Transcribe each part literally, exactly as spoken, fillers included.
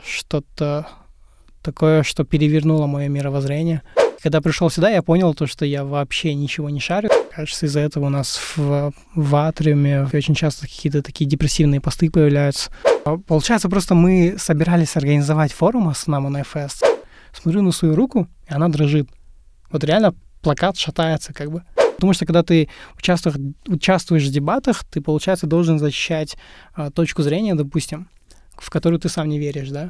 что-то такое, что перевернуло мое мировоззрение. Когда пришел сюда, я понял то, что я вообще ничего не шарю. Кажется, из-за этого у нас в, в атриуме очень часто какие-то такие депрессивные посты появляются. Получается, просто мы собирались организовать форум Astronomy Fest. Смотрю на свою руку, и она дрожит. Вот реально плакат шатается как бы. Потому что когда ты участвуешь, участвуешь в дебатах, ты, получается, должен защищать а, точку зрения, допустим, в которую ты сам не веришь, да?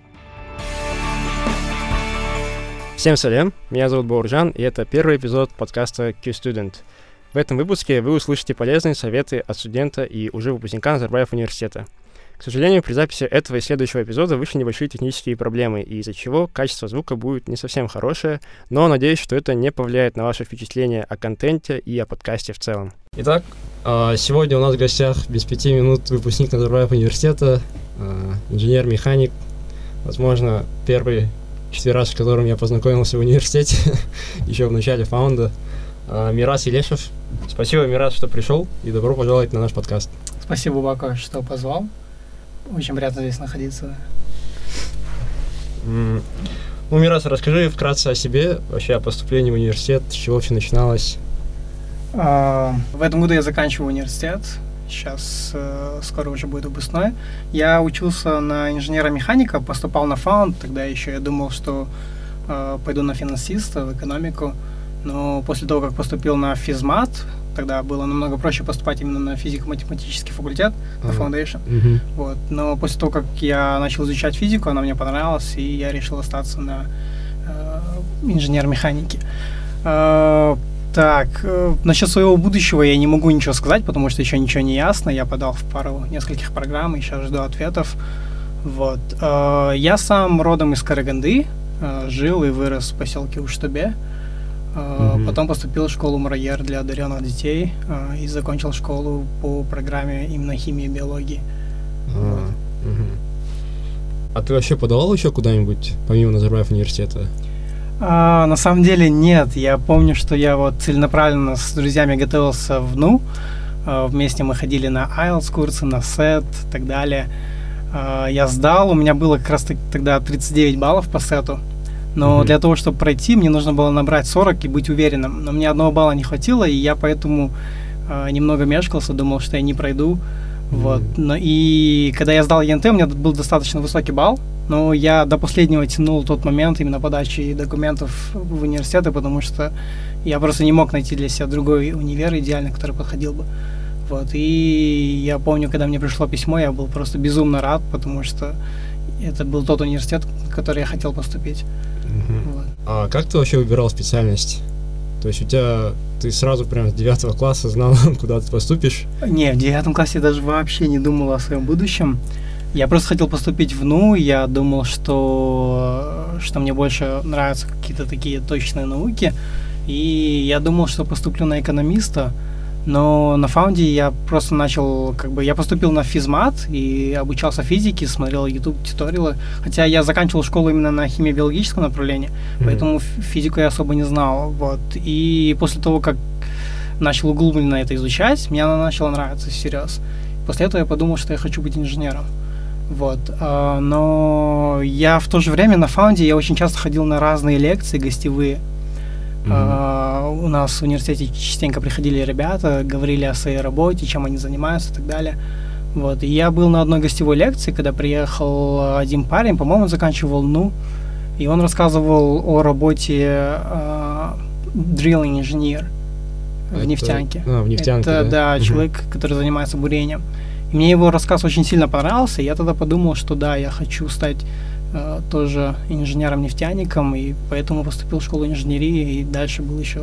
Всем салям, меня зовут Бауржан, и это первый эпизод подкаста Q-Student. В этом выпуске вы услышите полезные советы от студента и уже выпускника Назарбаев университета. К сожалению, при записи этого и следующего эпизода вышли небольшие технические проблемы, из-за чего качество звука будет не совсем хорошее, но надеюсь, что это не повлияет на ваше впечатление о контенте и о подкасте в целом. Итак, сегодня у нас в гостях без пяти минут выпускник Назарбаев университета, инженер-механик, возможно, первый четверо, с которым я познакомился в университете, еще в начале фаунда, Мирас Елешев. Спасибо, Мирас, что пришел, и добро пожаловать на наш подкаст. Спасибо, Бако, что позвал. Очень приятно здесь находиться. Mm. Ну, Мирас, расскажи вкратце о себе, вообще о поступлении в университет, с чего все начиналось. Uh, в этом году я заканчиваю университет. Сейчас uh, скоро уже будет выпускной. Я учился на инженера-механика, поступал на фаунд. Тогда еще я думал, что uh, пойду на финансиста, в экономику. Но после того, как поступил на физмат, тогда было намного проще поступать именно на физико-математический факультет, uh-huh. на Foundation. Uh-huh. Вот. Но после того, как я начал изучать физику, она мне понравилась, и я решил остаться на uh, инженер-механике. Uh, Так, э, насчет своего будущего я не могу ничего сказать, потому что еще ничего не ясно. Я подал в пару нескольких программ, и сейчас жду ответов. Вот. Э, я сам родом из Караганды, э, жил и вырос в поселке Уштабе. Э, mm-hmm. Потом поступил в школу Мурайер для одаренных детей э, и закончил школу по программе именно химии и биологии. Mm-hmm. Вот. Mm-hmm. А ты вообще подавал еще куда-нибудь, помимо Назарбаев университета? А, на самом деле нет. Я помню, что я вот целенаправленно с друзьями готовился в НУ. А, вместе мы ходили на айлтс курсы, на сет и так далее. А, я сдал, у меня было как раз тогда тридцать девять баллов по сету. Но mm-hmm. для того, чтобы пройти, мне нужно было набрать сорок и быть уверенным. Но мне одного балла не хватило, и я поэтому а, немного мешкался, думал, что я не пройду. Mm-hmm. Вот. Но, и когда я сдал ЕНТ, у меня был достаточно высокий балл. Но я до последнего тянул тот момент именно подачи документов в университеты, потому что я просто не мог найти для себя другой универ идеальный, который подходил бы. Вот. И я помню, когда мне пришло письмо, я был просто безумно рад, потому что это был тот университет, в который я хотел поступить. Uh-huh. Вот. А как ты вообще выбирал специальность? То есть у тебя ты сразу прям с девятого класса знал, куда ты поступишь? Не, в девятом классе я даже вообще не думал о своем будущем. Я просто хотел поступить в НУ, я думал, что, что мне больше нравятся какие-то такие точные науки, и я думал, что поступлю на экономиста, но на фаунде я просто начал, как бы, я поступил на физмат и обучался физике, смотрел YouTube-туториалы, хотя я заканчивал школу именно на химио-биологическом направлении, mm-hmm. поэтому физику я особо не знал, вот, и после того, как начал углубленно это изучать, мне она начала нравиться всерьез. После этого я подумал, что я хочу быть инженером. Вот, uh, но я в то же время на фаунде я очень часто ходил на разные лекции гостевые. Mm-hmm. Uh, у нас в университете частенько приходили ребята, говорили о своей работе, чем они занимаются и так далее. Вот, и я был на одной гостевой лекции, когда приехал один парень, по-моему, заканчивал НУ, и он рассказывал о работе uh, drilling engineer в нефтянке. А, в нефтянке, Это, да, да угу. человек, который занимается бурением. И мне его рассказ очень сильно понравился, и я тогда подумал, что да, я хочу стать э, тоже инженером-нефтяником, и поэтому поступил в школу инженерии, и дальше был еще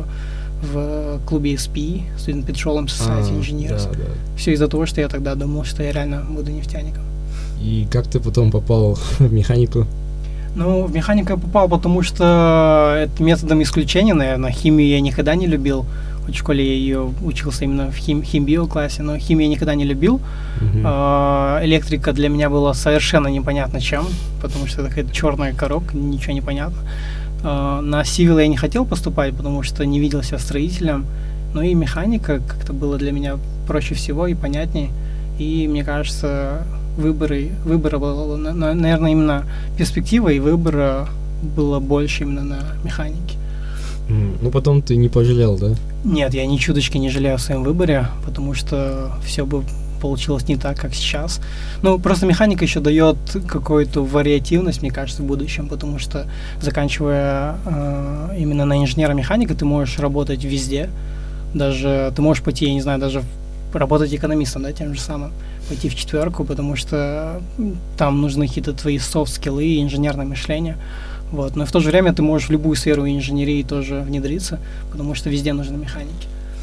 в клубе эс пи и, Student Petroleum Society а, Engineers. Да, да. Все из-за того, что я тогда думал, что я реально буду нефтяником. И как ты потом попал в механику? Ну, в механику я попал, потому что это методом исключения, наверное. Химию я никогда не любил. В школе я ее учился именно в хим- химбио-классе, но химию я никогда не любил. Uh-huh. А, электрика для меня была совершенно непонятно чем, потому что это какая-то черная коробка, ничего не понятно. А, на civil я не хотел поступать, потому что не видел себя строителем. Ну и механика как-то было для меня проще всего и понятнее. И мне кажется, выборы, выбора было, наверное, именно перспектива и выбора было больше именно на механике. Mm, ну, потом ты не пожалел, да? Нет, я ни чуточки не жалею о своем выборе, потому что все бы получилось не так, как сейчас. Ну, просто механика еще дает какую-то вариативность, мне кажется, в будущем, потому что, заканчивая э, именно на инженера-механика, ты можешь работать везде. Даже ты можешь пойти, я не знаю, даже работать экономистом, да, тем же самым, пойти в четверку, потому что там нужны какие-то твои софт-скиллы и инженерное мышление. Вот. Но в то же время ты можешь в любую сферу инженерии тоже внедриться, потому что везде нужны механики.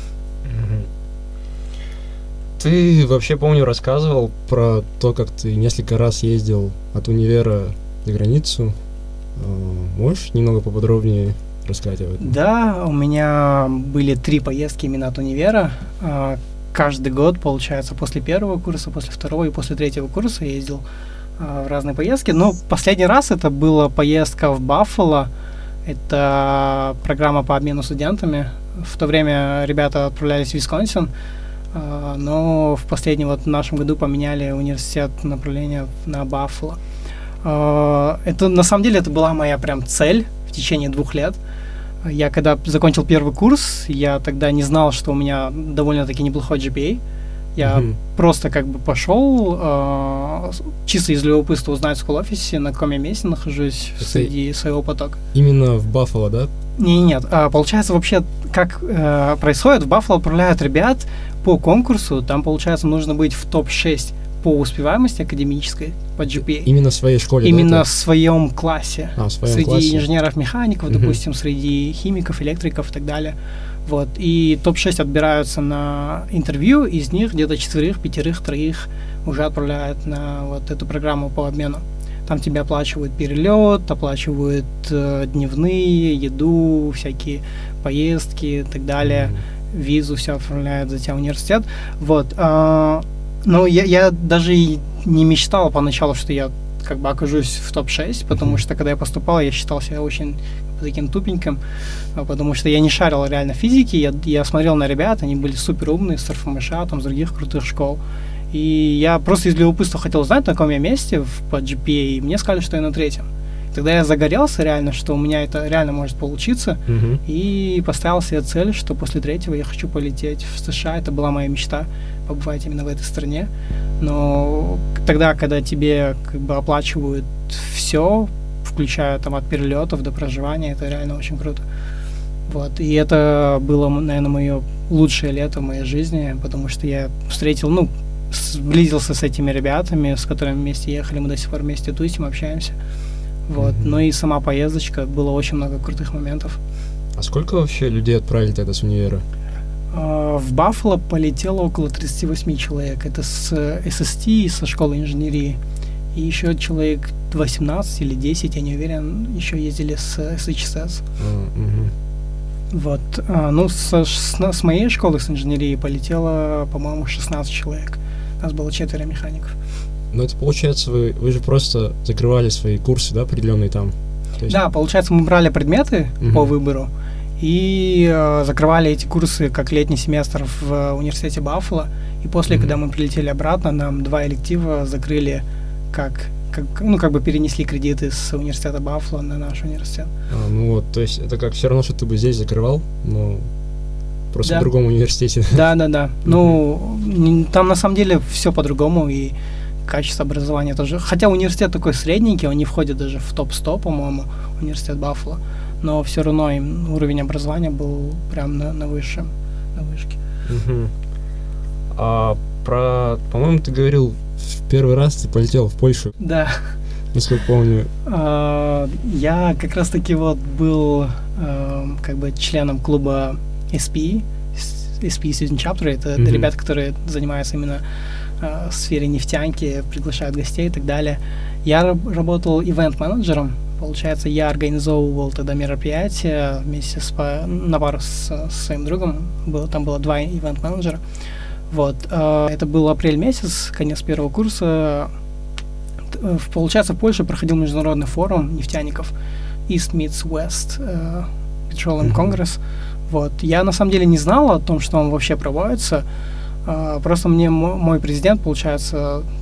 Ты вообще, помню, рассказывал про то, как ты несколько раз ездил от универа за границу. Можешь немного поподробнее рассказать об этом? Да, у меня были три поездки именно от универа. Каждый год, получается, после первого курса, после второго и после третьего курса я ездил в разные поездки. Но последний раз это была поездка в Баффало. Это программа по обмену студентами. В то время ребята отправлялись в Висконсин, но в последнем вот нашем году поменяли университет направление на Баффало. Это, на самом деле, это была моя прям цель в течение двух лет. Я когда закончил первый курс, я тогда не знал, что у меня довольно-таки неплохой джи пи эй. Я mm-hmm. просто как бы пошел э, чисто из любопытства узнать в скул-офисе, на каком я месте нахожусь это среди своего потока. Именно в Баффало, да? Не, нет, а, получается вообще как э, происходит, в Баффало отправляют ребят по конкурсу, там получается нужно быть в топ шесть по успеваемости академической, по джи пи эй. Именно в своей школе, Именно да, в своем классе. А, в своем среди классе. инженеров-механиков, uh-huh. допустим, среди химиков, электриков и так далее. Вот. И топ шесть отбираются на интервью, из них где-то четверых, пятерых, троих уже отправляют на вот эту программу по обмену. Там тебе оплачивают перелет, оплачивают э, дневные, еду, всякие поездки и так далее. Mm-hmm. Визу все оформляет за тебя университет. Вот. Э, но я, я даже и не мечтал поначалу, что я как бы окажусь в топ шесть, потому mm-hmm. что когда я поступал, я считал себя очень таким тупеньким, потому что я не шарил реально физики, я, я смотрел на ребят, они были супер умные, с РФМШ, там, с других крутых школ. И я просто из любопытства хотел знать, на каком я месте в, по джи пи эй, и мне сказали, что я на третьем. Тогда я загорелся реально, что у меня это реально может получиться, mm-hmm. и поставил себе цель, что после третьего я хочу полететь в США. Это была моя мечта, побывать именно в этой стране. Но тогда, когда тебе как бы оплачивают все, включая там от перелетов до проживания, это реально очень круто. Вот. И это было, наверное, мое лучшее лето в моей жизни, потому что я встретил, ну, сблизился с этими ребятами, с которыми вместе ехали, мы до сих пор вместе тусим, общаемся. Вот. Mm-hmm. Ну и сама поездочка, было очень много крутых моментов. А сколько вообще людей отправили тогда с универа? Uh, в Баффало полетело около тридцать восемь человек. Это с эс эс ти и со школы инженерии. И еще человек восемнадцать или десять, я не уверен, еще ездили с эс эйч эс эс. Uh-huh. Вот. Uh, ну, с, с, с моей школы с инженерии полетело, по-моему, шестнадцать человек. У нас было четверо механиков. Ну, это получается, вы, вы же просто закрывали свои курсы, да, определенные там? То есть... Да, получается, мы брали предметы uh-huh. по выбору и э, закрывали эти курсы как летний семестр в университете Баффало. И после, uh-huh. когда мы прилетели обратно, нам два электива закрыли как, как, ну, как бы перенесли кредиты с университета Баффало на наш университет. А, ну вот, то есть это как все равно, что ты бы здесь закрывал, но просто да. в другом университете. Да, да, да. Uh-huh. Ну, там на самом деле все по-другому, и качество образования тоже. Хотя университет такой средненький, он не входит даже в топ сто, по-моему, университет Баффало, но все равно им уровень образования был прям на, на высшем, на вышке. Uh-huh. А про, по-моему, ты говорил, в первый раз ты полетел в Польшу. Да. Насколько помню. Uh, я как раз-таки вот был uh, как бы членом клуба эс пи, эс пи Student Chapter, это uh-huh. ребята, которые занимаются именно в сфере нефтянки, приглашают гостей и так далее. Я раб- работал ивент-менеджером. Получается, я организовывал тогда мероприятия вместе с, на пару с, с своим другом. Было, там было два ивент-менеджера. Вот. Это был апрель месяц, конец первого курса. Получается, в Польше проходил международный форум нефтяников East meets West Petroleum Congress. Вот. Я на самом деле не знал о том, что он вообще проводится. Uh, просто мне м- мой президент, получается,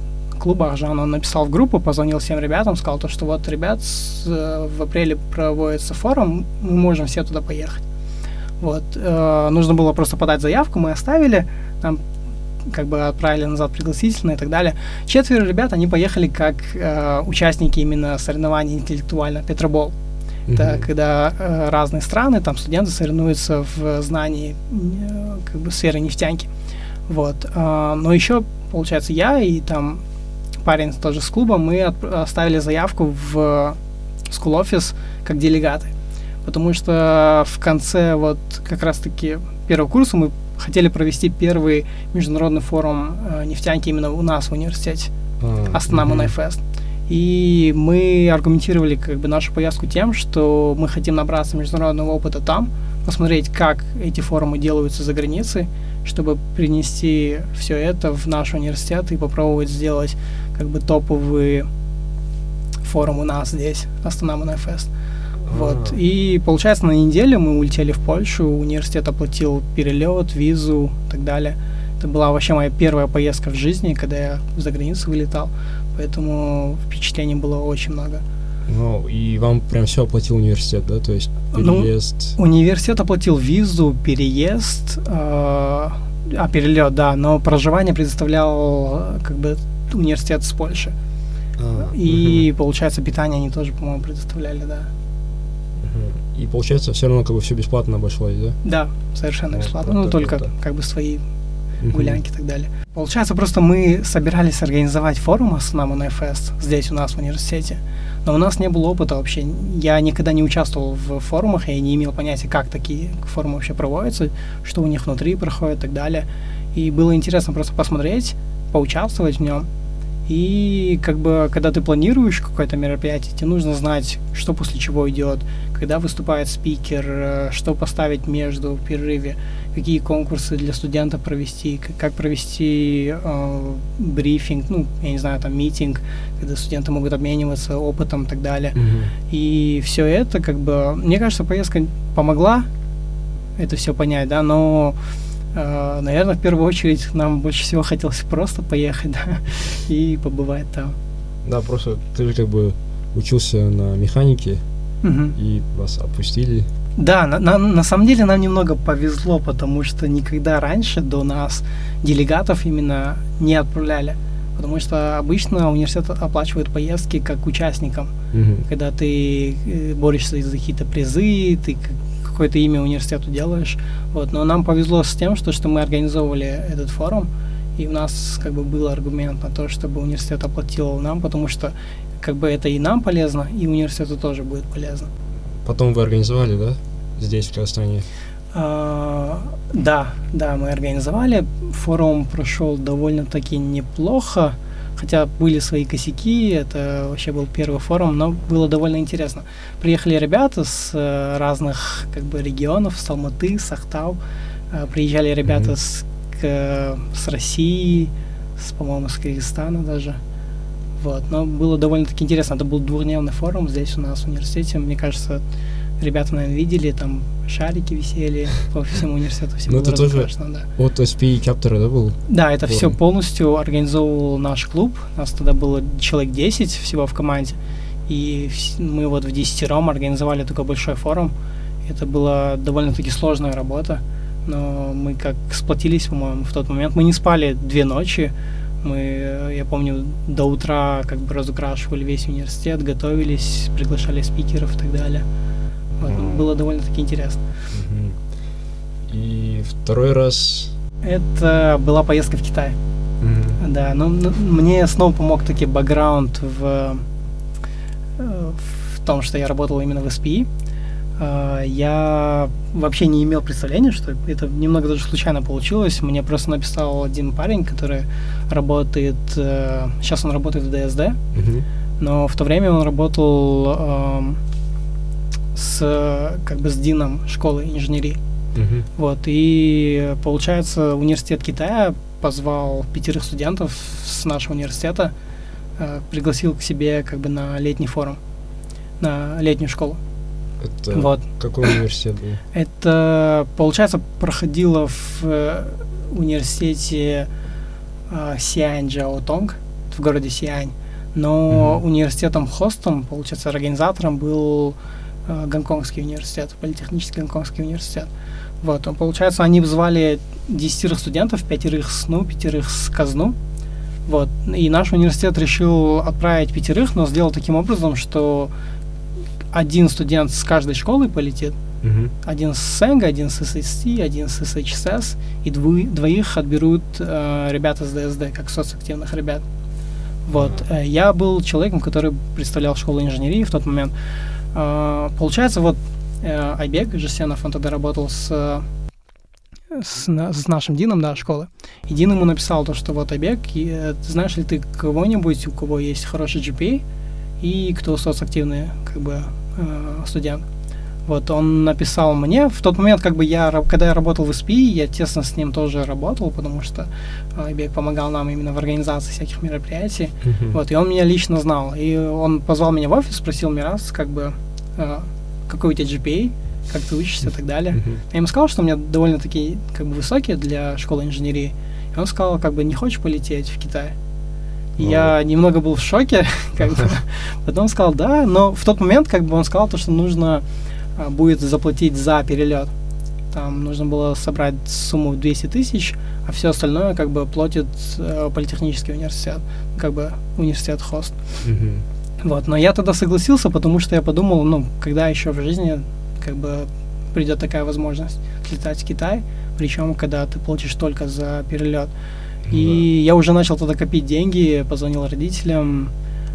клуба Ахжан, он написал в группу, позвонил всем ребятам, сказал то, что вот, ребят, с, в апреле проводится форум, мы можем все туда поехать. Вот, э, нужно было просто подать заявку, мы оставили, нам как бы отправили назад пригласительные и так далее. Четверо ребят, они поехали как э, участники именно соревнований интеллектуально Петробол. Mm-hmm. Это когда э, разные страны, там студенты соревнуются в знании э, как бы сферы нефтянки. Вот. Э, но еще, получается, я и там парень тоже с клуба, мы от, оставили заявку в School Office как делегаты. Потому что в конце вот как раз-таки первого курса мы хотели провести первый международный форум э, нефтянки именно у нас в университете, а, Астана Мунай Фест. И мы аргументировали как бы нашу поездку тем, что мы хотим набраться международного опыта там, посмотреть, как эти форумы делаются за границей, чтобы принести все это в наш университет и попробовать сделать как бы топовый форум у нас здесь, Астана Мунай Фест. Вот. И получается, на неделю мы улетели в Польшу, университет оплатил перелет, визу и так далее. Это была вообще моя первая поездка в жизни, когда я за границу вылетал, поэтому впечатлений было очень много. Ну, и вам прям все оплатил университет, да? То есть переезд? Ну, университет оплатил визу, переезд, э, а перелет, да, но проживание предоставлял как бы университет с Польши. А, и, угу. Получается, питание они тоже, по-моему, предоставляли, да. И получается, все равно как бы все бесплатно обошлось, да? Да, совершенно бесплатно. Ну, только круто. Как бы свои гулянки и так далее. Получается, просто мы собирались организовать форум Астана Мунай Фест здесь у нас в университете, но у нас не было опыта вообще. Я никогда не участвовал в форумах, я не имел понятия, как такие форумы вообще проводятся, что у них внутри проходит и так далее. И было интересно просто посмотреть, поучаствовать в нем. И как бы, когда ты планируешь какое-то мероприятие, тебе нужно знать, что после чего идет, когда выступает спикер, что поставить между в перерыве, какие конкурсы для студентов провести, как провести э, брифинг, ну, я не знаю, там, митинг, когда студенты могут обмениваться опытом и так далее. Mm-hmm. И все это, как бы, мне кажется, поездка помогла это все понять, да, но Uh, наверное, в первую очередь нам больше всего хотелось просто поехать, да, и побывать там. Да, просто ты же как бы учился на механике, uh-huh. и вас отпустили. Да, на, на, на самом деле нам немного повезло, потому что никогда раньше до нас делегатов именно не отправляли. Потому что обычно университет оплачивает поездки как участникам, uh-huh. когда ты борешься за какие-то призы, ты какое-то имя университету делаешь. Вот. Но нам повезло с тем, что, что мы организовывали этот форум, и у нас как бы был аргумент на то, чтобы университет оплатил нам, потому что как бы это и нам полезно, и университету тоже будет полезно. Потом вы организовали, да, здесь, в Казахстане? А, да, да, мы организовали. Форум прошел довольно-таки неплохо, хотя были свои косяки, это вообще был первый форум, но было довольно интересно. Приехали ребята с э, разных как бы регионов, с Алматы, с Ахтау, э, приезжали ребята mm-hmm. с, к, с России, с, по-моему, с Кыргызстана даже. Вот, но было довольно-таки интересно. Это был двухдневный форум здесь у нас в университете. Мне кажется, ребята, наверное, видели, там шарики висели по всему университету. Ну, это тоже от эс пи Capture, да, был? Да, это все полностью организовывал наш клуб. У нас тогда было человек десять всего в команде. И мы вот в десятером организовали такой большой форум. Это была довольно-таки сложная работа. Но мы как сплотились, по-моему, в тот момент. Мы не спали две ночи. Мы, я помню, до утра как бы разукрашивали весь университет, готовились, приглашали спикеров и так далее. Вот, mm-hmm. Было довольно-таки интересно. Mm-hmm. И второй раз? Это была поездка в Китай. Mm-hmm. Да, но, но мне снова помог таки бэкграунд в, в том, что я работал именно в эс пи и. Я вообще не имел представления, что это немного даже случайно получилось. Мне просто написал один парень, который работает, сейчас он работает в ди эс ди, mm-hmm. но в то время он работал с, как бы, с дином школы инженерии. Uh-huh. Вот, и получается, университет Китая позвал пятерых студентов с нашего университета, э, пригласил к себе как бы на летний форум, на летнюю школу. Это вот. Какой университет был? Это, получается, проходило в э, университете э, Сиань Джао Тонг. в городе Сиань. Но Mm-hmm. университетом-хостом, получается, организатором был э, Гонконгский университет, политехнический Гонконгский университет. Вот, он, получается, они звали десятерых студентов, пятерых с НУ, пятерых с КАЗНУ. Вот, и наш университет решил отправить пятерых, но сделал таким образом, что один студент с каждой школы полетит, Mm-hmm. один с СЭНГа, один с эс эс ти, один с эс эйч эс эс, и дву- двоих отберут э, ребята с дэ эс дэ, как соцактивных ребят. Вот. Mm-hmm. Я был человеком, который представлял школу инженерии в тот момент. Э, получается, вот э, Айбек Жесенов, он тогда работал с, с, с нашим Дином, да, школы. И Дин ему написал то, что вот, Айбек, и, знаешь ли ты кого-нибудь, у кого есть хороший джи пи эй, и кто соцактивный, как бы, э, студент. Вот, он написал мне. В тот момент, как бы, я, когда я работал в эс пи, я тесно с ним тоже работал, потому что Айбек помогал нам именно в организации всяких мероприятий. Uh-huh. Вот, и он меня лично знал. И он позвал меня в офис, спросил Мирас, как бы, э, какой у тебя джи пи эй, как ты учишься и так далее. Uh-huh. Я ему сказал, что у меня довольно-таки, как бы, высокие для школы инженерии. И он сказал, как бы, не хочешь полететь в Китай? И oh. я немного был в шоке, как бы. Потом сказал, да, но в тот момент, как бы, он сказал то, что нужно будет заплатить за перелет. Там нужно было собрать сумму двести тысяч, а все остальное, как бы, платит э, политехнический университет, как бы, университет-хост. Mm-hmm. Вот, но я тогда согласился, потому что я подумал, ну, когда еще в жизни, как бы, придет такая возможность летать в Китай, причем, когда ты платишь только за перелет. Mm-hmm. И я уже начал тогда копить деньги, позвонил родителям,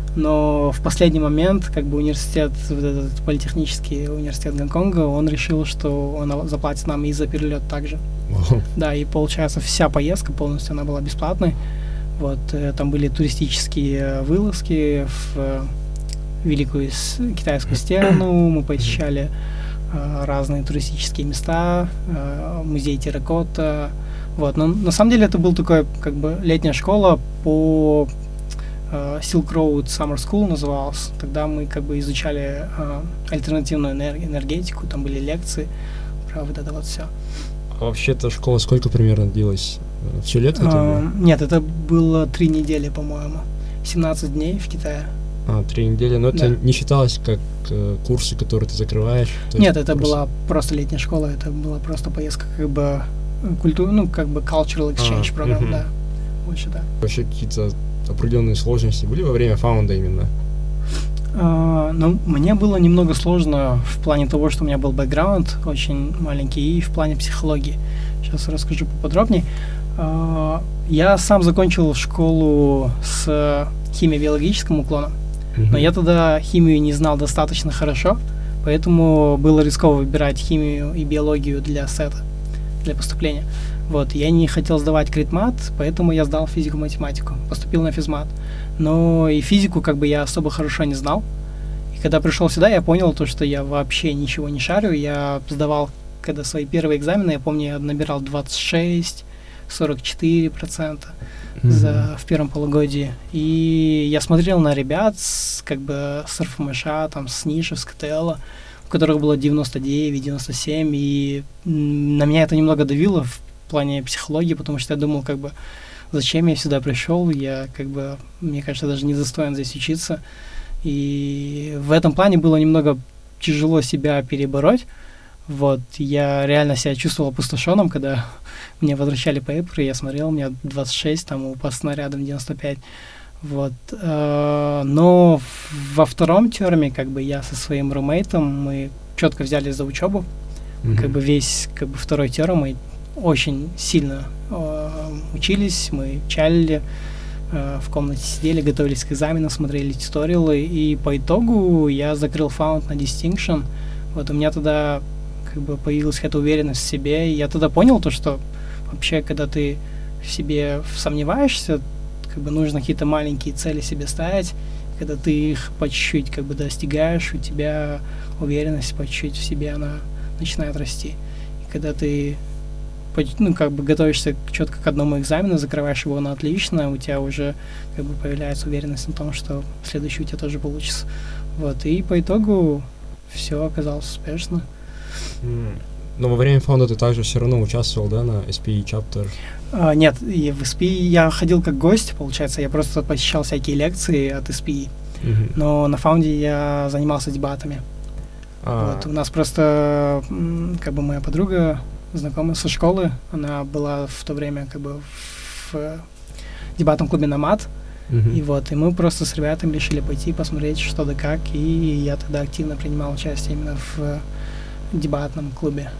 но в последний момент, как бы, университет, вот этот политехнический университет Гонконга, он решил, что он заплатит нам и за перелет также. Wow. Да, и получается вся поездка полностью, она была бесплатной. Вот, там были туристические вылазки в Великую Китайскую стену, мы посещали э, разные туристические места, э, музей терракота. Вот, но на самом деле это был такой, как бы, летняя школа по Uh, Silk Road Summer School назывался. Тогда мы, как бы, изучали uh, альтернативную энерг- энергетику, там были лекции про вот это вот все. А вообще эта школа сколько примерно длилась? Все лето это uh, было? Нет, это было три недели, по-моему. семнадцать дней в Китае. А, три недели, но да. Это не считалось как э, курсы, которые ты закрываешь? Нет, это просто... была просто летняя школа, это была просто поездка, как бы, культур, ну, как бы cultural exchange а, программ, угу. да. Больше, да. Вообще какие-то определенные сложности были во время фаунда именно? Uh, ну, мне было немного сложно в плане того, что у меня был бэкграунд очень маленький, и в плане психологии. Сейчас расскажу поподробнее. Uh, я сам закончил школу с химико-биологическим уклоном, mm-hmm. но я тогда химию не знал достаточно хорошо, поэтому было рисково выбирать химию и биологию для сета, для поступления. Вот, я не хотел сдавать критмат, поэтому я сдал физику-математику, поступил на физмат. Но и физику, как бы, я особо хорошо не знал. И когда пришел сюда, я понял то, что я вообще ничего не шарю. Я сдавал, когда свои первые экзамены, я помню, я набирал двадцать шесть сорок четыре процента mm-hmm. за, в первом полугодии. И я смотрел на ребят, с, как бы, с РФМШ, там, с Нишев, с КТЛ, у которых было девяносто девять девяносто семь, и м, на меня это немного давило в в плане психологии, потому что я думал, как бы, зачем я сюда пришел, я, как бы, мне кажется, даже не достоин здесь учиться. И в этом плане было немного тяжело себя перебороть. Вот, я реально себя чувствовал опустошенным, когда мне возвращали пейперы, я смотрел, у меня двадцать шесть, там у пацана рядом девяносто пять. Вот, но во втором терме, как бы, я со своим румейтом, мы четко взялись за учебу, mm-hmm. как бы, весь, как бы, второй терм мы очень сильно э, учились, мы чалили, э, в комнате сидели, готовились к экзаменам, смотрели туториалы, и по итогу я закрыл фаунд на Distinction. Вот у меня тогда, как бы, появилась эта уверенность в себе, и я тогда понял то, что вообще, когда ты в себе сомневаешься, как бы, нужно какие-то маленькие цели себе ставить, когда ты их по чуть-чуть, как бы, достигаешь, у тебя уверенность по чуть-чуть в себе, она начинает расти. И когда ты, ну, как бы, готовишься четко к одному экзамену, закрываешь его на отлично, у тебя уже, как бы, появляется уверенность в том, что следующий у тебя тоже получится. Вот, и по итогу все оказалось успешно. Mm. Но во время фаунда ты также все равно участвовал, да, на эс пи Chapter? А, нет, и в эс пи я ходил как гость, получается, я просто посещал всякие лекции от эс пи, uh-huh. но на фаунде я занимался дебатами. А. Вот, у нас просто, как бы, моя подруга, знакомая со школы, она была в то время, как бы, в дебатном клубе «Номад», uh-huh. и вот, и мы просто с ребятами решили пойти посмотреть, что да как, и я тогда активно принимал участие именно в дебатном клубе.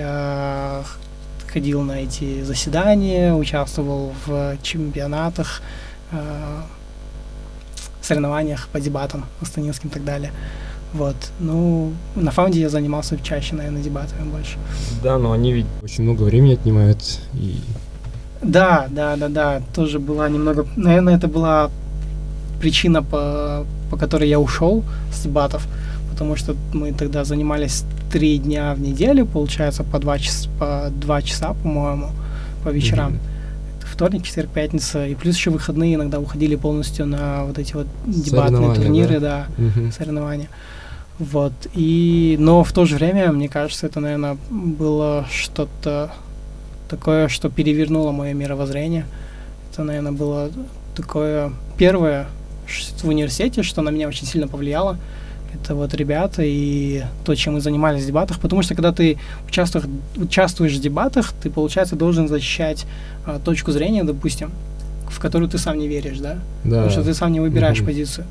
Я ходил на эти заседания, участвовал в чемпионатах, э, соревнованиях по дебатам астанинским и так далее. Вот. Ну, на фаунде я занимался чаще, наверное, дебатами больше. Да, но они ведь очень много времени отнимают. И... Да, да, да, да. Тоже была немного... Наверное, это была причина, по, по которой я ушел с дебатов, потому что мы тогда занимались три дня в неделю, получается, по два часа, по два часа, по-моему, по вечерам. Mm-hmm. Вторник, четверг, пятница. И плюс еще выходные иногда уходили полностью на вот эти вот дебатные турниры, да, да mm-hmm. соревнования. Вот. И, но в то же время, мне кажется, это, наверное, было что-то такое, что перевернуло мое мировоззрение. Это, наверное, было такое первое в университете, что на меня очень сильно повлияло. Это вот ребята и то, чем мы занимались в дебатах, потому что когда ты участвуешь, участвуешь в дебатах, ты, получается, должен защищать а, точку зрения, допустим, в которую ты сам не веришь, да? Да. Потому что ты сам не выбираешь mm-hmm. позицию.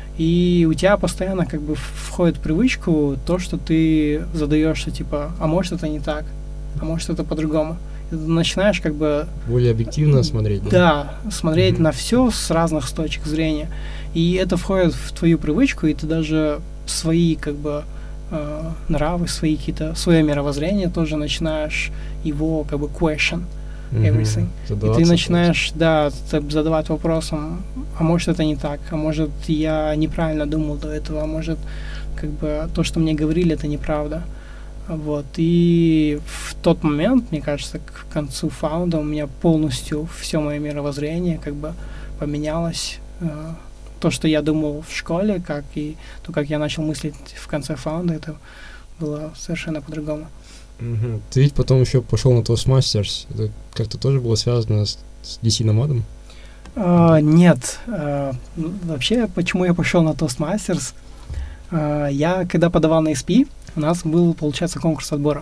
И у тебя постоянно как бы входит в привычку то, что ты задаешься, типа, а может это не так, а может это по-другому. И ты начинаешь как бы... Более объективно смотреть, да? Да, смотреть mm-hmm. на все с разных точек зрения. И это входит в твою привычку, и ты даже свои как бы э, нравы, свои какие-то, свое мировоззрение тоже начинаешь его как бы question everything. Mm-hmm. И ты начинаешь, да, задавать вопросом, а может это не так, а может я неправильно думал до этого, а может как бы то, что мне говорили, это неправда. Вот. И в тот момент, мне кажется, к концу фаунда у меня полностью все мое мировоззрение как бы поменялось. Э, то, что я думал в школе, как и то, как я начал мыслить в конце фаунда, это было совершенно по-другому. Mm-hmm. Ты ведь потом еще пошел на Toastmasters. Это как-то тоже было связано с, с ди си Nomad? Uh, нет. Uh, вообще, почему я пошел на Toastmasters? Uh, я, когда подавал на эс пи, у нас был, получается, конкурс отбора.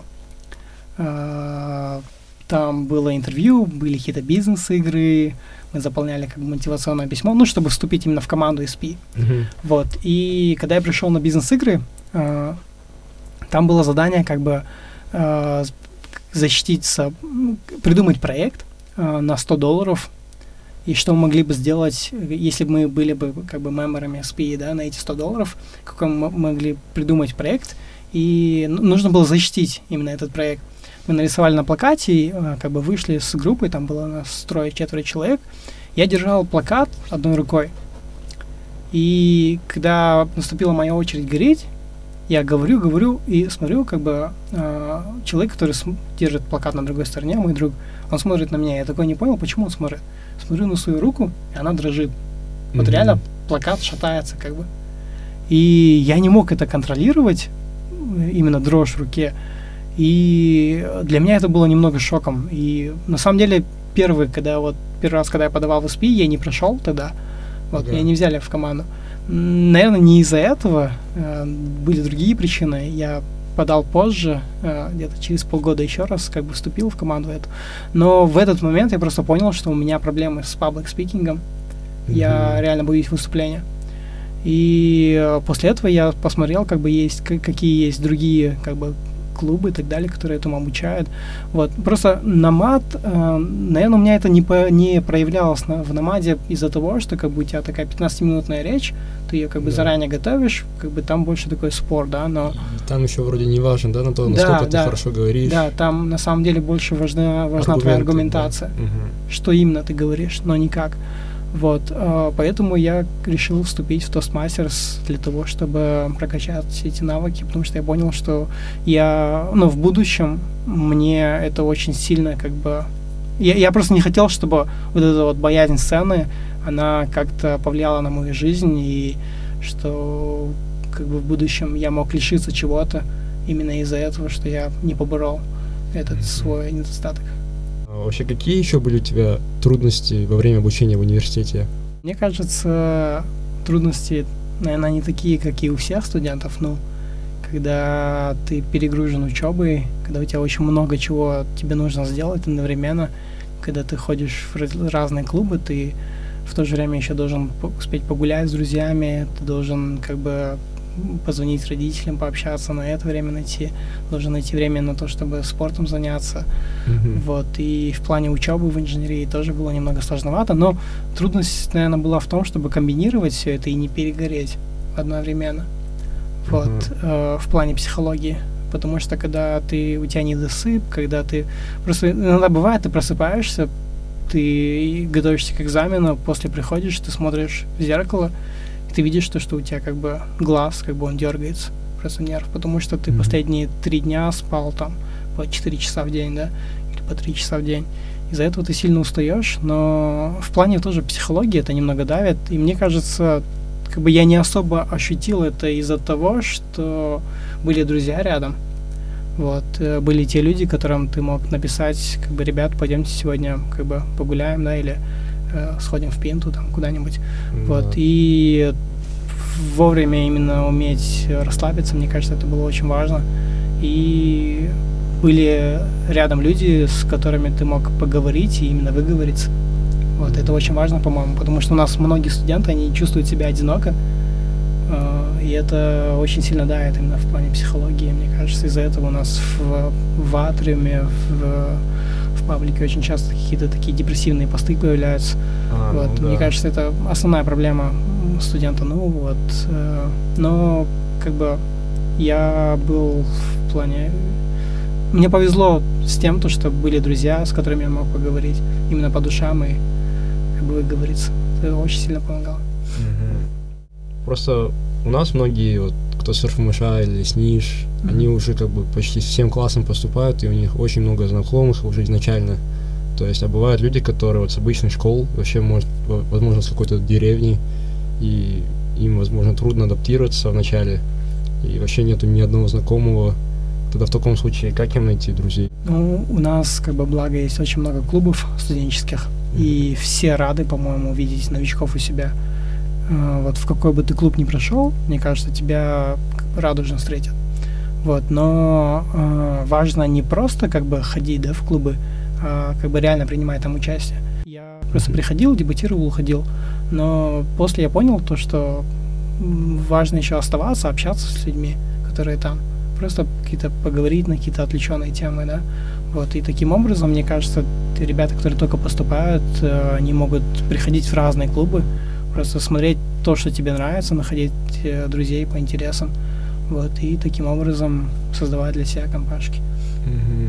Uh, там было интервью, были какие-то бизнес-игры, мы заполняли как бы мотивационное письмо, ну, чтобы вступить именно в команду эс пи. Uh-huh. Вот. И когда я пришел на бизнес-игры, uh, там было задание как бы uh, защититься, придумать проект uh, на сто долларов, и что мы могли бы сделать, если бы мы были бы как бы мемберами эс пи, да, на эти сто долларов, какой мы могли придумать проект, и нужно было защитить именно этот проект. Мы нарисовали на плакате, как бы вышли с группой, там было нас трое-четверо человек. Я держал плакат одной рукой. И когда наступила моя очередь говорить, я говорю, говорю и смотрю, как бы э, человек, который см- держит плакат на другой стороне, мой друг, он смотрит на меня. Я такой не понял, почему он смотрит. Смотрю на свою руку, и она дрожит. Mm-hmm. Вот реально плакат шатается, как бы. И я не мог это контролировать, именно дрожь в руке. И для меня это было немного шоком. И на самом деле первый, когда вот первый раз, когда я подавал в эс пи, я не прошел тогда. Вот, yeah. меня не взяли в команду. Наверное, не из-за этого. Э, были другие причины. Я подал позже, э, где-то через полгода еще раз, как бы вступил в команду эту. Но в этот момент я просто понял, что у меня проблемы с паблик спикингом. Mm-hmm. Я реально боюсь выступления. И э, после этого я посмотрел, как бы есть, к- какие есть другие, как бы, клубы и так далее, которые этому обучают. Вот. Просто Nomad, э, наверное, у меня это не, по, не проявлялось на, в Nomad из-за того, что как бы у тебя такая пятнадцатиминутная речь, ты ее как бы да. заранее готовишь, как бы там больше такой спор, да, но... И там еще вроде не важно, да, на то, насколько да, ты да, хорошо говоришь. Да, там на самом деле больше важна, важна Аргументы, твоя аргументация, да. угу. что именно ты говоришь, но не как. Вот, э, поэтому я решил вступить в Toastmasters для того, чтобы прокачать эти навыки, потому что я понял, что я, ну, в будущем мне это очень сильно, как бы, я, я просто не хотел, чтобы вот эта вот боязнь сцены, она как-то повлияла на мою жизнь, и что, как бы, в будущем я мог лишиться чего-то именно из-за этого, что я не поборол этот свой недостаток. А вообще, какие еще были у тебя трудности во время обучения в университете? Мне кажется, трудности, наверное, не такие, как и у всех студентов, но когда ты перегружен учебой, когда у тебя очень много чего тебе нужно сделать одновременно, когда ты ходишь в разные клубы, ты в то же время еще должен успеть погулять с друзьями, ты должен как бы позвонить родителям, пообщаться, на это время найти, должен найти время на то, чтобы спортом заняться. Mm-hmm. Вот. И в плане учебы в инженерии тоже было немного сложновато, но трудность, наверное, была в том, чтобы комбинировать все это и не перегореть одновременно. Mm-hmm. Вот. Э, в плане психологии. Потому что когда ты, у тебя недосып, когда ты... Просто иногда бывает, ты просыпаешься, ты готовишься к экзамену, после приходишь, ты смотришь в зеркало, и ты видишь то, что у тебя как бы глаз, как бы он дергается, просто нерв, потому что ты mm-hmm. последние три дня спал там по четыре часа в день, да, или по три часа в день. Из-за этого ты сильно устаешь, но в плане тоже психологии это немного давит, и мне кажется, как бы я не особо ощутил это из-за того, что были друзья рядом. Вот, были те люди, которым ты мог написать, как бы, ребят, пойдемте сегодня, как бы, погуляем, да, или э, сходим в Пинту, там, куда-нибудь. Mm-hmm. Вот, и вовремя именно уметь расслабиться, мне кажется, это было очень важно. И были рядом люди, с которыми ты мог поговорить и именно выговориться. Вот, это очень важно, по-моему, потому что у нас многие студенты, они чувствуют себя одиноко, и это очень сильно давит именно в плане психологии. Мне кажется, из-за этого у нас в, в атриуме, в, в паблике очень часто какие-то такие депрессивные посты появляются. А, вот. Ну, да. Мне кажется, это основная проблема студента. Ну вот, но как бы я был в плане... Мне повезло с тем, то, что были друзья, с которыми я мог поговорить именно по душам и как бы выговориться. Это очень сильно помогало. Просто у нас многие, вот, кто с РФМШ или с НИШ, mm-hmm. они уже как бы почти всем классом поступают, и у них очень много знакомых уже изначально. То есть, а бывают люди, которые вот с обычной школы, вообще, может, возможно, с какой-то деревни, и им, возможно, трудно адаптироваться вначале, и вообще нету ни одного знакомого. Тогда в таком случае, как им найти друзей? Ну, у нас, как бы, благо, есть очень много клубов студенческих, mm-hmm. и все рады, по-моему, видеть новичков у себя. Вот в какой бы ты клуб ни прошел, мне кажется, тебя радужно встретят. Вот, но э, важно не просто как бы ходить, да, в клубы, а как бы реально принимать там участие. Я просто приходил, дебатировал, уходил, но после я понял то, что важно еще оставаться, общаться с людьми, которые там, просто какие-то поговорить на какие-то отвлеченные темы, да. Вот, и таким образом, мне кажется, ребята, которые только поступают, э, они могут приходить в разные клубы, просто смотреть то, что тебе нравится, находить э, друзей по интересам, вот, и таким образом создавать для себя компашки. Mm-hmm.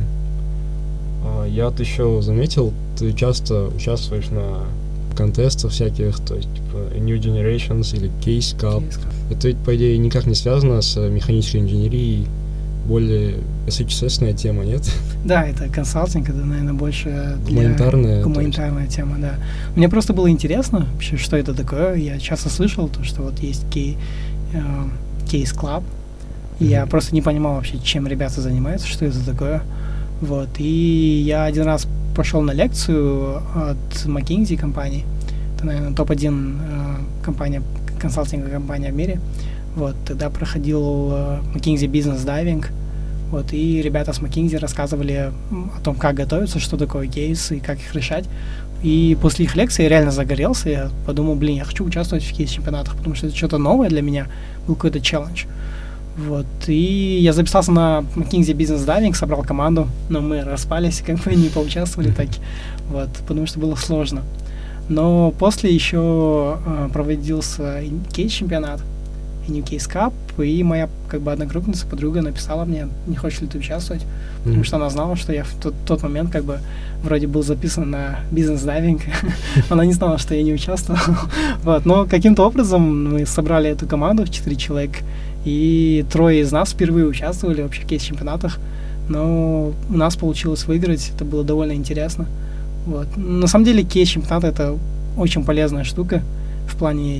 А, я вот еще заметил, ты часто участвуешь на контестах всяких, то есть типа New Generations или Case Cup. Case Cup. Это ведь, по идее, никак не связано с механической инженерией, более эс эйч эс эс-ная тема, нет? Да, это консалтинг, это, наверное, больше гуманитарная, гуманитарная тема, да. Мне просто было интересно вообще, что это такое. Я часто слышал, то, что вот есть кей, э, Case Club, и mm-hmm. я просто не понимал вообще, чем ребята занимаются, что это такое. Вот, и я один раз пошел на лекцию от McKinsey компании. Это, наверное, топ один э, компания, консалтинговая компания в мире. Вот, тогда проходил uh, McKinsey Business Diving, вот, и ребята с McKinsey рассказывали о том, как готовиться, что такое кейсы и как их решать. И после их лекции я реально загорелся, я подумал, блин, я хочу участвовать в кейс-чемпионатах, потому что это что-то новое для меня, был какой-то челлендж. Вот, и я записался на McKinsey Business Diving, собрал команду, но мы распались, как бы не поучаствовали так, вот, потому что было сложно. Но после еще uh, проводился кейс-чемпионат, New Case Cup, и моя как бы одногруппница, подруга написала мне, не хочешь ли ты участвовать, mm-hmm. потому что она знала, что я в тот, тот момент как бы вроде был записан на бизнес-дайвинг, она не знала, что я не участвовал, вот, но каким-то образом мы собрали эту команду в четыре человека, и трое из нас впервые участвовали вообще в кейс-чемпионатах, но у нас получилось выиграть, это было довольно интересно, вот. На самом деле кейс-чемпионат — это очень полезная штука в плане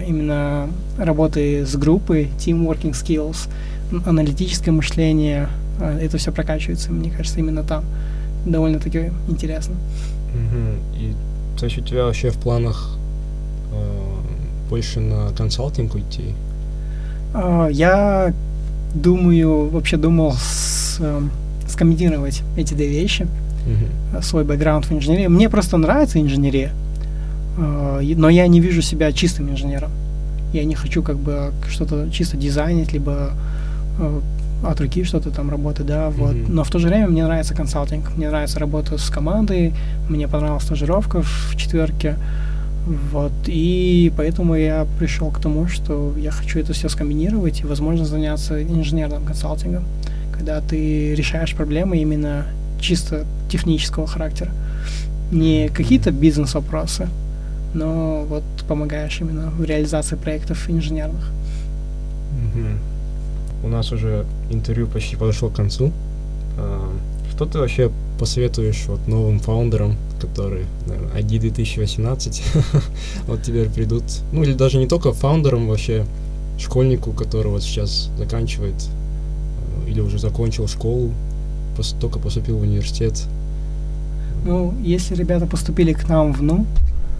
именно работы с группой, team working skills, аналитическое мышление, это все прокачивается, мне кажется, именно там довольно-таки интересно. Mm-hmm. И то есть у тебя вообще в планах э, больше на консалтинг уйти? Uh, я думаю, вообще думал с, э, скомбинировать эти две вещи, mm-hmm. свой бэкграунд в инженерии. Мне просто нравится инженерия, э, но я не вижу себя чистым инженером. Я не хочу как бы что-то чисто дизайнить, либо э, от руки что-то там работать, да, вот. Mm-hmm. Но в то же время мне нравится консалтинг, мне нравится работа с командой, мне понравилась стажировка в четверке, вот, и поэтому я пришел к тому, что я хочу это все скомбинировать и, возможно, заняться инженерным консалтингом, когда ты решаешь проблемы именно чисто технического характера, не какие-то бизнес-вопросы, но вот помогаешь именно в реализации проектов инженерных. Mm-hmm. У нас уже интервью почти подошло к концу. Что ты вообще посоветуешь вот новым фаундерам, которые, наверное, ай ди две тысячи восемнадцать вот теперь придут, ну или даже не только фаундерам, вообще школьнику, который вот сейчас заканчивает или уже закончил школу, пос- только поступил в университет? Ну, если ребята поступили к нам в НУ,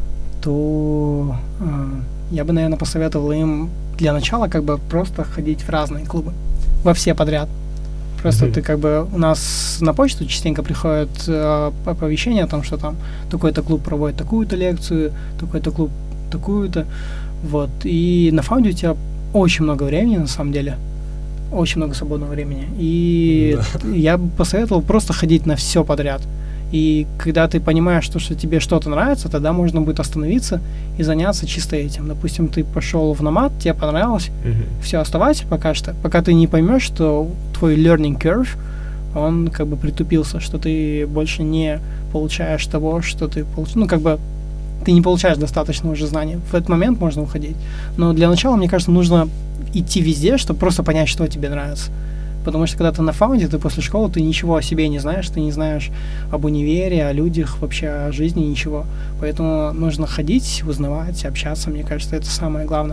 то э, я бы, наверное, посоветовал им для начала как бы просто ходить в разные клубы, во все подряд. Просто mm-hmm. ты как бы, у нас на почту частенько приходят э, оповещения о том, что там такой-то клуб проводит такую-то лекцию, такой-то клуб такую-то, вот. И на фаунде у тебя очень много времени, на самом деле, очень много свободного времени. И mm-hmm. я бы посоветовал просто ходить на все подряд. И когда ты понимаешь, что, что тебе что-то нравится, тогда можно будет остановиться и заняться чисто этим. Допустим, ты пошел в номад, тебе понравилось, mm-hmm. все, оставайся пока что, пока ты не поймешь, что твой learning curve, он как бы притупился, что ты больше не получаешь того, что ты получил. Ну, как бы ты не получаешь достаточно уже знаний. В этот момент можно уходить. Но для начала, мне кажется, нужно идти везде, чтобы просто понять, что тебе нравится. Потому что когда ты на фаунде, ты после школы, ты ничего о себе не знаешь, ты не знаешь об универе, о людях, вообще о жизни, ничего. Поэтому нужно ходить, узнавать, общаться. Мне кажется, это самое главное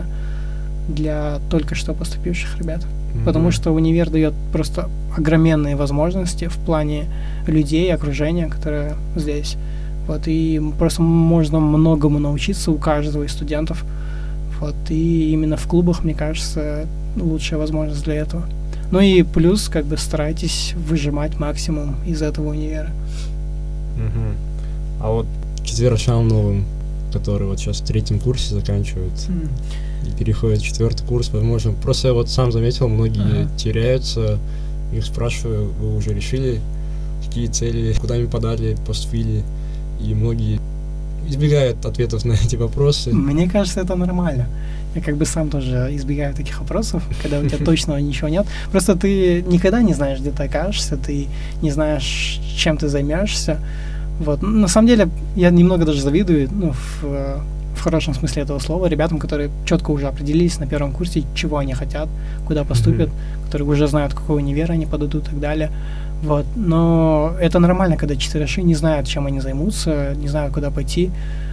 для только что поступивших ребят. Mm-hmm. Потому что универ дает просто огроменные возможности в плане людей, окружения, которые здесь. Вот, и просто можно многому научиться у каждого из студентов. Вот, и именно в клубах, мне кажется, лучшая возможность для этого. Ну и плюс, как бы, старайтесь выжимать максимум из этого универа. Uh-huh. А вот четверошам новым, которые вот сейчас в третьем курсе заканчивают mm. и переходят в четвертый курс, возможно, просто я вот сам заметил, многие uh-huh. теряются, их спрашиваю, вы уже решили, какие цели, куда они подали, поступили, и многие избегают ответов на эти вопросы. Мне кажется, это нормально. Я как бы сам тоже избегаю таких вопросов, когда у тебя точно ничего нет. Просто ты никогда не знаешь, где ты окажешься, ты не знаешь, чем ты займешься. Вот. На самом деле, я немного даже завидую, ну, в, в хорошем смысле этого слова, ребятам, которые четко уже определились на первом курсе, чего они хотят, куда поступят, mm-hmm. которые уже знают, какой универ они подадут и так далее. Вот. Но это нормально, когда четвероши не знают, чем они займутся, не знают, куда пойти.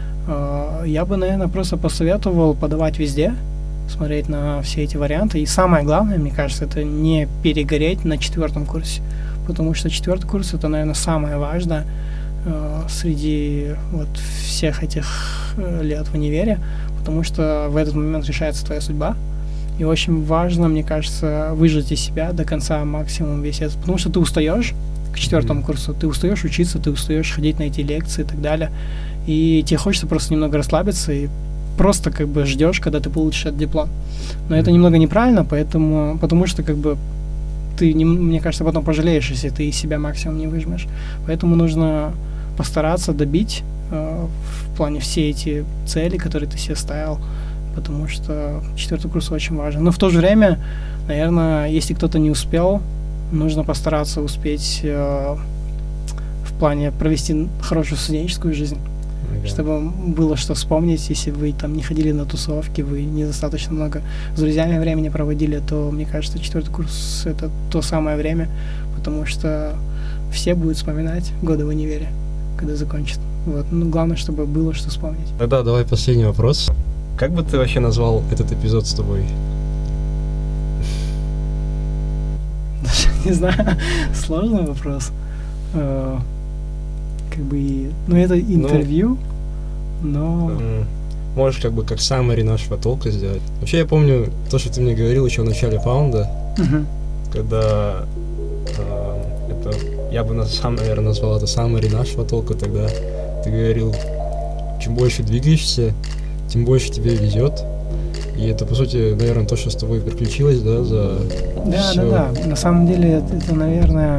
Я бы, наверное, просто посоветовал подавать везде, смотреть на все эти варианты. И самое главное, мне кажется, это не перегореть на четвертом курсе. Потому что четвертый курс — это, наверное, самое важное э, среди вот всех этих э, лет в универе. Потому что в этот момент решается твоя судьба. И очень важно, мне кажется, выжать из себя до конца максимум весь этот. Потому что ты устаешь к четвертому mm-hmm. курсу, ты устаешь учиться, ты устаешь ходить на эти лекции и так далее. И тебе хочется просто немного расслабиться и просто как бы ждешь, когда ты получишь этот диплом. Но mm-hmm. это немного неправильно, поэтому, потому что как бы ты, не, мне кажется, потом пожалеешь, если ты из себя максимум не выжмешь. Поэтому нужно постараться добить э, в плане все эти цели, которые ты себе ставил, потому что четвертый курс очень важен. Но в то же время, наверное, если кто-то не успел, нужно постараться успеть э, в плане провести хорошую студенческую жизнь. Okay. Чтобы было что вспомнить. Если вы там не ходили на тусовки, вы недостаточно много с друзьями времени проводили, то, мне кажется, четвертый курс — это то самое время, потому что все будут вспоминать годы в универе, когда закончат. Вот. Ну, главное, чтобы было что вспомнить. Тогда давай последний вопрос. Как бы ты вообще назвал этот эпизод с тобой? Не знаю, сложный вопрос. Э, Как бы, ну это интервью, но... М, Можешь как бы как summary нашего толка сделать. Вообще я помню то, что ты мне говорил еще в начале фаунда, Мгм. когда э, это, я бы на- сам, наверное, назвал это summary нашего толка тогда. Ты говорил, чем больше двигаешься, тем больше тебе везет. И это, по сути, наверное, то, что с тобой приключилось, да, за Да, всё. да, да. На самом деле это, это, наверное,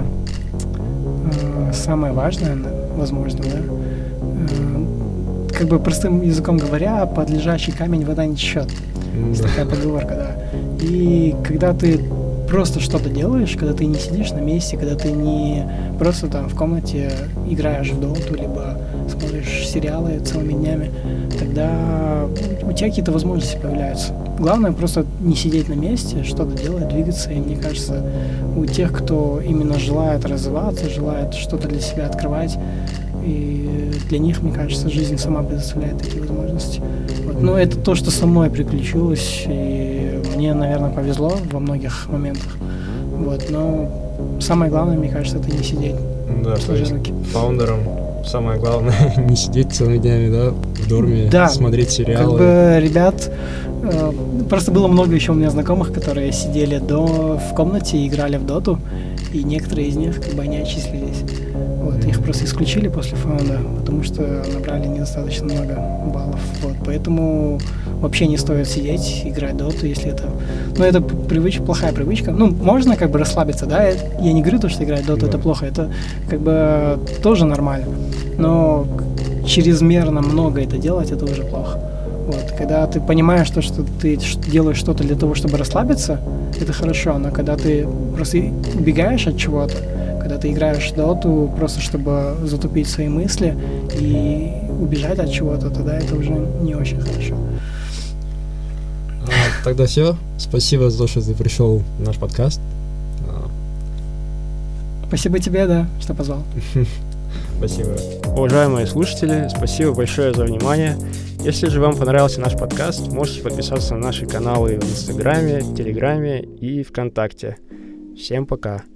э, самое важное, на- возможно, да. Э, Как бы простым языком говоря, под лежачий камень вода не течет. М, Есть да. такая поговорка, да. И когда ты просто что-то делаешь, когда ты не сидишь на месте, когда ты не просто там в комнате играешь в доту, либо смотришь сериалы целыми днями, тогда у тебя какие-то возможности появляются. Главное просто не сидеть на месте, что-то делать, двигаться. И мне кажется, у тех, кто именно желает развиваться, желает что-то для себя открывать, и для них, мне кажется, жизнь сама предоставляет такие возможности. Вот. Но это то, что со мной приключилось, и мне, наверное, повезло во многих моментах. Вот. Но самое главное, мне кажется, это не сидеть, Да, то сложа есть руки. фаундерам самое главное не сидеть целыми днями, да, в дорме, Да, смотреть Как сериалы. бы ребят, э, просто было много еще у меня знакомых, которые сидели до, в комнате и играли в доту, и некоторые из них как бы они отчислились. Вот, их просто исключили после фаунда, потому что набрали недостаточно много баллов. Вот, поэтому вообще не стоит сидеть, играть доту, если это... Ну, это привычка, плохая привычка. Ну, можно как бы расслабиться, да, я не говорю то, что играть в доту Да. это плохо, это как бы тоже нормально, но чрезмерно много это делать, это уже плохо. Вот, когда ты понимаешь то, что ты ш- делаешь что-то для того, чтобы расслабиться, это хорошо, но когда ты просто убегаешь от чего-то, когда ты играешь в доту просто чтобы затупить свои мысли и убежать от чего-то, тогда это уже не очень хорошо. А, Тогда все. Спасибо за то, что ты пришел в наш подкаст. А, Спасибо тебе, да, что позвал. Спасибо. Уважаемые слушатели, спасибо большое за внимание. Если же вам понравился наш подкаст, можете подписаться на наши каналы в Инстаграме, Телеграме и ВКонтакте. Всем пока.